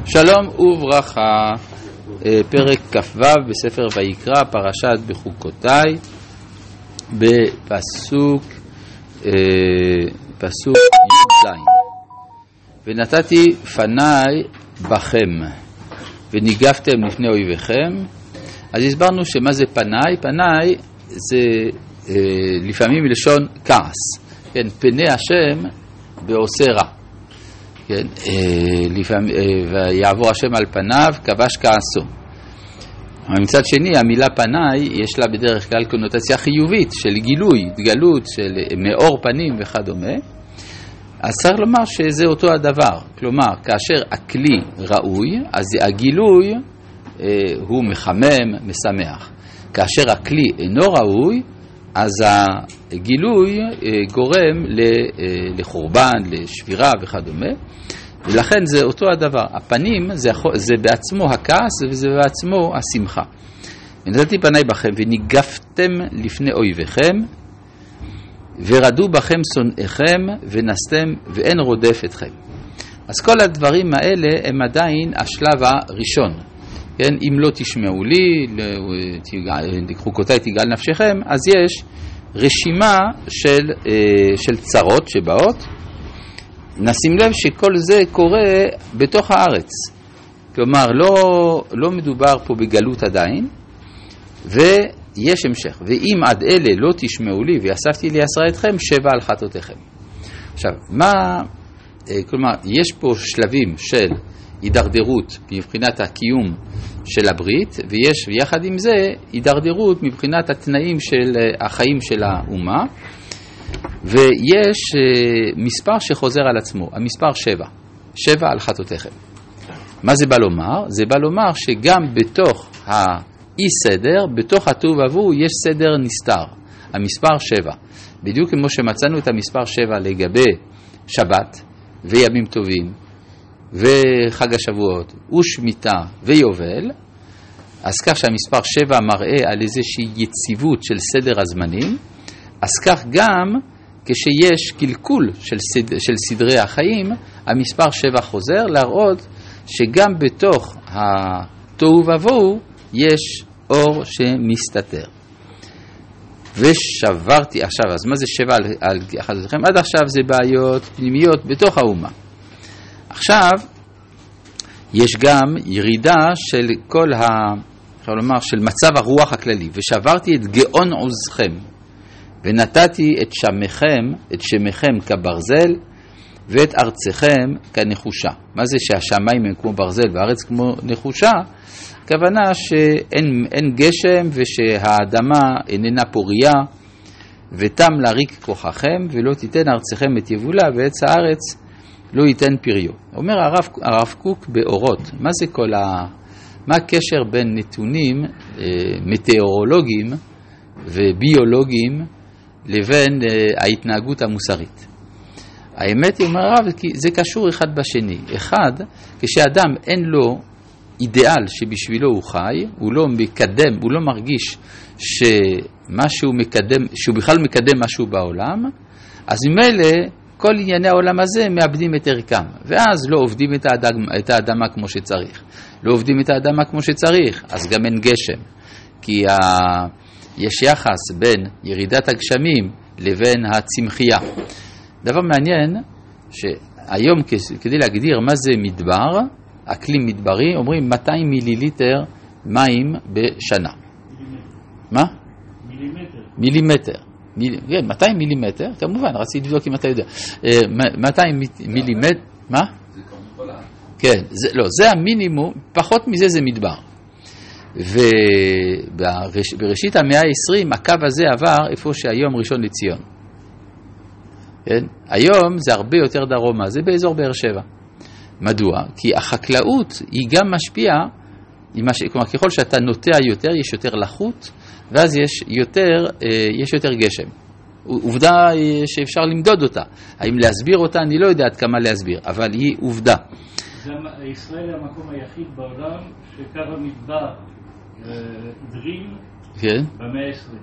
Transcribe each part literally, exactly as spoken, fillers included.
שלום וברכה, פרק כ"ו בספר ויקרא, פרשת בחוקותיי, בפסוק פסוק י"ז. ונתתי פניי בכם וניגפתם לפני אויביכם. אז הסברנו שמה זה פניי? פניי זה אה, לפעמים מלשון כעס, כן, פני השם בעושה רע, כן, אה, לפעמים, אה, ויעבור השם על פניו כבש כעסו. אבל מצד שני המילה פניי יש לה בדרך כלל קונוטציה חיובית של גילוי, התגלות, של מאור פנים וכדומה. אז צריך לומר שזה אותו הדבר, כלומר כאשר הכלי ראוי אז הגילוי אה, הוא מחמם, משמח. כאשר הכלי אינו ראוי אז הגילוי אה, גורם לחורבן, לשבירה וכדומה, ולכן זה אותו הדבר. הפנים זה, זה בעצמו הכעס וזה בעצמו השמחה. ונתתי פניי בכם וניגפתם לפני אויביכם ורדו בכם שונאיכם ונסתם ואין רודף אתכם. אז כל הדברים האלה הם עדיין השלב הראשון, כן? אם לא תשמעו לי, חוקותיי תגאל נפשכם, אז יש רשימה של, של צרות שבאות. נשים לב שכל זה קורה בתוך הארץ, כלומר לא, לא מדובר פה בגלות עדיין, ויש המשך. ואם עד אלה לא תשמעו לי ואספתי לי עשרה אתכם, שבע על חטאותיכם. עכשיו, מה, כלומר, יש פה שלבים של הידרדרות מבחינת הקיום של הברית, ויש יחד עם זה הידרדרות מבחינת התנאים של החיים של האומה, ויש מספר שחוזר על עצמו, המספר שבע, שבע על חטאותיכם. מה זה בא לומר? זה בא לומר שגם בתוך האי סדר, בתוך התוהו ובוהו יש סדר נסתר, המספר שבע. בדיוק כמו שמצאנו את המספר שבע לגבי שבת וימים טובים וחג השבועות ושמיטה ויובל, אז כך שהמספר שבע מראה על איזושהי יציבות של סדר הזמנים, אז כך גם כשיש קלקול של, סד... של סדרי החיים, המספר שבע חוזר להראות שגם בתוך התוהו ובוהו יש אור שמסתתר. ושברתי, עכשיו, אז מה זה שבע על, על חטאותיכם? עד עכשיו זה בעיות פנימיות בתוך האומה. עכשיו, יש גם ירידה של כל ה... אפשר לומר, של מצב הרוח הכללי. ושברתי את גאון עוזכם, ונתתי את שמכם, את שמכם כברזל, ואת ארצכם כנחושה. מה זה שהשמיים הם כמו ברזל והארץ כמו נחושה? הכוונה שאין אין גשם ושהאדמה איננה פוריה, ותם להריק כוחכם, ולא תיתן ארצכם את יבולה, ועץ הארץ לא ייתן פריו. אומר הרב, הרב קוק באורות, מה זה כל ה... מה הקשר בין נתונים אה, מטאורולוגיים וביולוגיים לבין אה, ההתנהגות המוסרית? האמת היא, אומר הרב, כי זה קשור אחד בשני. אחד, כשאדם אין לו אידיאל שבשבילו הוא חי, הוא לא מקדם, הוא לא מרגיש שמשהו מקדם, שהוא בכלל מקדם משהו בעולם, אז ממילא כל ענייני העולם הזה מאבדים את ערכם, ואז לא עובדים את האדמה, את האדמה כמו שצריך. לא עובדים את האדמה כמו שצריך, אז גם אין גשם, כי ה... יש יחס בין ירידת הגשמים לבין הצמחייה. דבר מעניין, שהיום כדי להגדיר מה זה מדבר, אקלים מדברי, אומרים מאתיים מיליליטר מים בשנה. מילימטר. מה? מילימטר. מילימטר. מיל... כן, מאתיים מילימטר, כמובן, רציתי לבדוק אם אתה יודע. מאתיים מילימטר, מה? זה כמו חולה. כן, זה, לא, זה המינימום, פחות מזה זה מדבר. ובראשית המאה ה-עשרים הקו הזה עבר איפה שהיום ראשון לציון. כן? היום זה הרבה יותר דרומה, זה באזור באר שבע. מדוע? כי החקלאות היא גם משפיעה, כלומר ככל שאתה נוטע יותר יש יותר לחות, ואז יש יותר, יש יותר גשם. עובדה שאפשר למדוד אותה. האם להסביר אותה? אני לא יודע עד כמה להסביר, אבל היא עובדה. ישראל היא המקום היחיד בעולם שקו המדבר דרים במאה ה-עשרים.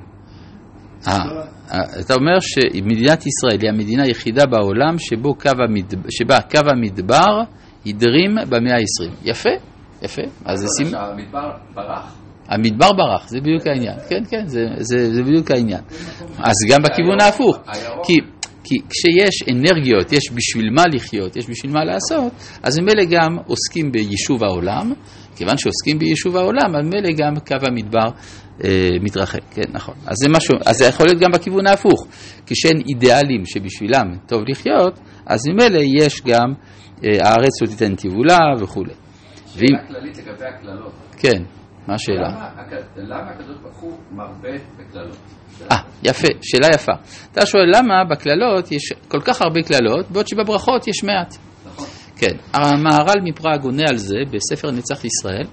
אתה אומר שמדינת ישראל היא המדינה היחידה בעולם שבו קו המדבר, שבה קו המדבר הדרים במאה ה-עשרים. יפה, יפה. אז זה סימן. המדבר ברח. המדבר ברח, זה בדיוק העניין. כן, כן, זה, זה, זה בדיוק העניין. אז גם בכיוון ההפוך. כי, כי כשיש אנרגיות, יש בשביל מה לחיות, יש בשביל מה לעשות, אז הם אלה גם עוסקים ביישוב העולם. כיוון שעוסקים ביישוב העולם, אז מלא גם קו המדבר אה, מתרחק, כן, נכון. אז זה משהו, אז זה יכול להיות גם בכיוון ההפוך. כשאין אידיאלים שבשבילם טוב לחיות, אז ממילא יש גם אה, הארץ לא תיתן תיבולה וכו'. שאלה ואם... כללית לגבי הכללות. כן, מה השאלה? למה, למה הקדוש ברוך הוא מרבה בכללות? אה, יפה, שאלה יפה. אתה שואל למה בכללות יש כל כך הרבה כללות, בעוד שבברכות יש מעט. נכון. כן, המהר"ל מפראג עונה על זה בספר נצח ישראל,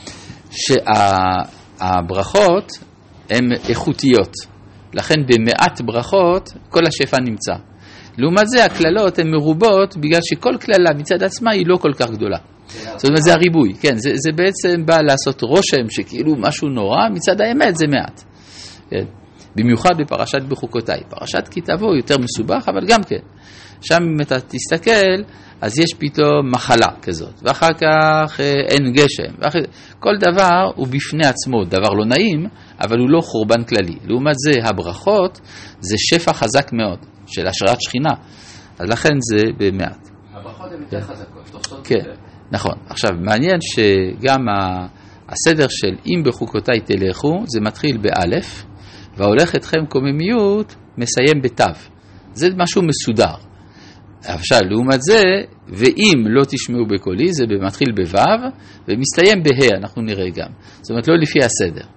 שהברכות הן איכותיות, לכן במעט ברכות כל השפע נמצא. לעומת זה הכללות הן מרובות בגלל שכל כללה מצד עצמה היא לא כל כך גדולה. זאת אומרת זה הריבוי, כן, זה, זה בעצם בא לעשות רושם שכאילו משהו נורא, מצד האמת זה מעט. כן. במיוחד בפרשת בחוקותיי, פרשת כי תבוא יותר מסובך, אבל גם כן. שם אם אתה תסתכל, אז יש פתאום מחלה כזאת, ואחר כך אין גשם, ואחר... כל דבר הוא בפני עצמו, דבר לא נעים, אבל הוא לא חורבן כללי. לעומת זה, הברכות זה שפע חזק מאוד, של השראת שכינה, אז לכן זה במעט. הברכות הן יותר חזקות, תופסות כן, יותר. נכון. עכשיו, מעניין שגם הסדר של אם בחוקותיי תלכו, זה מתחיל באלף, והולך אתכם קוממיות, מסיים בתו. זה משהו מסודר. עכשיו, לעומת זה, ואם לא תשמעו בקולי, זה מתחיל בוו, ומסתיים בהה, אנחנו נראה גם. זאת אומרת, לא לפי הסדר.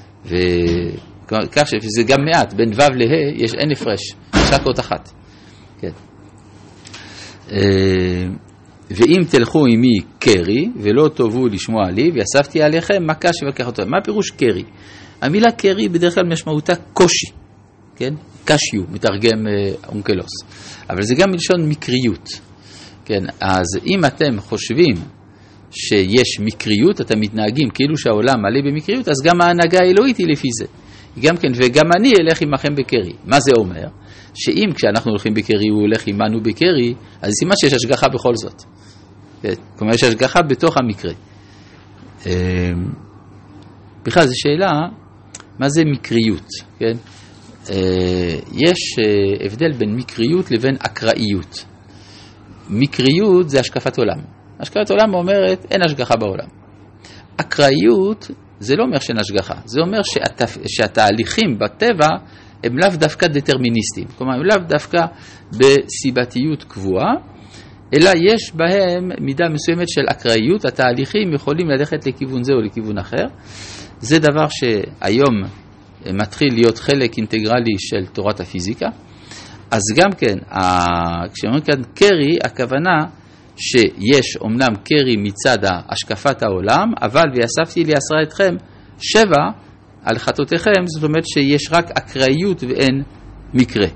וכך שזה גם מעט, בין וו להה, יש אין הפרש, יש רק אות אחת. כן. ואם תלכו עמי קרי, ולא תאהבו לשמוע לי, ואספתי עליכם מכה שבקח אותו. מה פירוש קרי? המילה קרי בדרך כלל משמעותה קושי, כן? קשיו, מתרגם אונקלוס. אבל זה גם מלשון מקריות. כן, אז אם אתם חושבים שיש מקריות, אתם מתנהגים כאילו שהעולם מלא במקריות, אז גם ההנהגה האלוהית היא לפי זה. גם כן, וגם אני אלך עמכם בקרי. מה זה אומר? שאם כשאנחנו הולכים בקרי, הוא הולך עמנו בקרי, אז זה סימן שיש השגחה בכל זאת. כן? כלומר, יש השגחה בתוך המקרה. בכלל, זו שאלה, מה זה מקריות? כן? יש הבדל בין מקריות לבין אקראיות. מקריות זה השקפת עולם. השקפת עולם אומרת אין השגחה בעולם. אקראיות זה לא אומר שאין השגחה. זה אומר שהת... שהתהליכים בטבע הם לאו דווקא דטרמיניסטיים. כלומר, הם לאו דווקא בסיבתיות קבועה, אלא יש בהם מידה מסוימת של אקראיות. התהליכים יכולים ללכת לכיוון זה או לכיוון אחר. זה דבר שהיום מתחיל להיות חלק אינטגרלי של תורת הפיזיקה. אז גם כן, כשאומרים כאן קרי, הכוונה שיש אומנם קרי מצד השקפת העולם, אבל ויאספתי לי עשרה אתכם שבע על חטאותיכם, זאת אומרת שיש רק אקראיות ואין מקרה.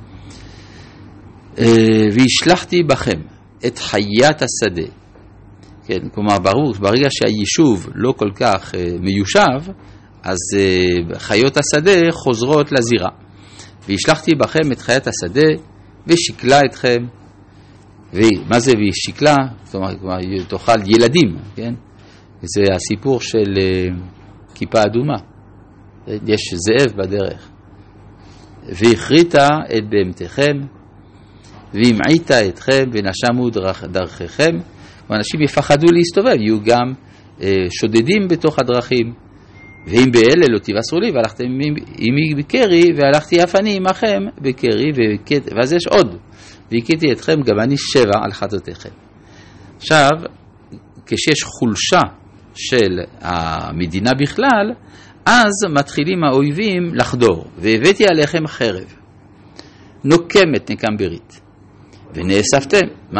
והשלחתי בכם את חיית השדה. כן, כלומר, ברור, ברגע שהיישוב לא כל כך מיושב, אז חיות השדה חוזרות לזירה. והשלחתי בכם את חיית השדה, ושיקלה אתכם. ומה זה והשיקלה? כלומר, תאכל ילדים, כן? זה הסיפור של כיפה אדומה. יש זאב בדרך. והכריתה את בהמתכם, והמעיט אתכם, ונשמו דרככם. ואנשים יפחדו להסתובב, יהיו גם שודדים בתוך הדרכים. ואם באלה לא תבשרו לי, והלכתם עמי בקרי, והלכתי אף אני עמכם בקרי, ואז יש עוד. והכיתי אתכם גם אני שבע על חטאותיכם. עכשיו, כשיש חולשה של המדינה בכלל, אז מתחילים האויבים לחדור. והבאתי עליכם חרב, נוקמת נקם ברית, ונאספתם. מה?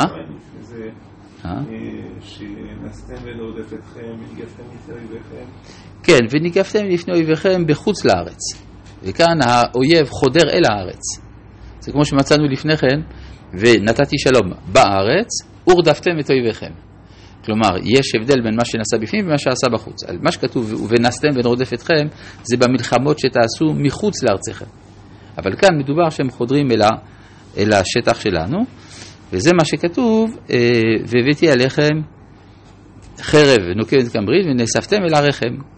שנסתם ונעודף אתכם, וניגפתם לפני אויביכם. כן, וניגפתם לפני אויביכם בחוץ לארץ. וכאן האויב חודר אל הארץ. זה כמו שמצאנו לפני כן, ונתתי שלום בארץ, ורדפתם את אויביכם. כלומר, יש הבדל בין מה שנעשה בפנים ומה שעשה בחוץ. מה שכתוב, ונסתם ונרודף אתכם, זה במלחמות שתעשו מחוץ לארציכם. אבל כאן מדובר שהם חודרים אל, ה, אל השטח שלנו, וזה מה שכתוב, והבאתי עליכם חרב נוקבת כמברית ונאספתם אל עריכם.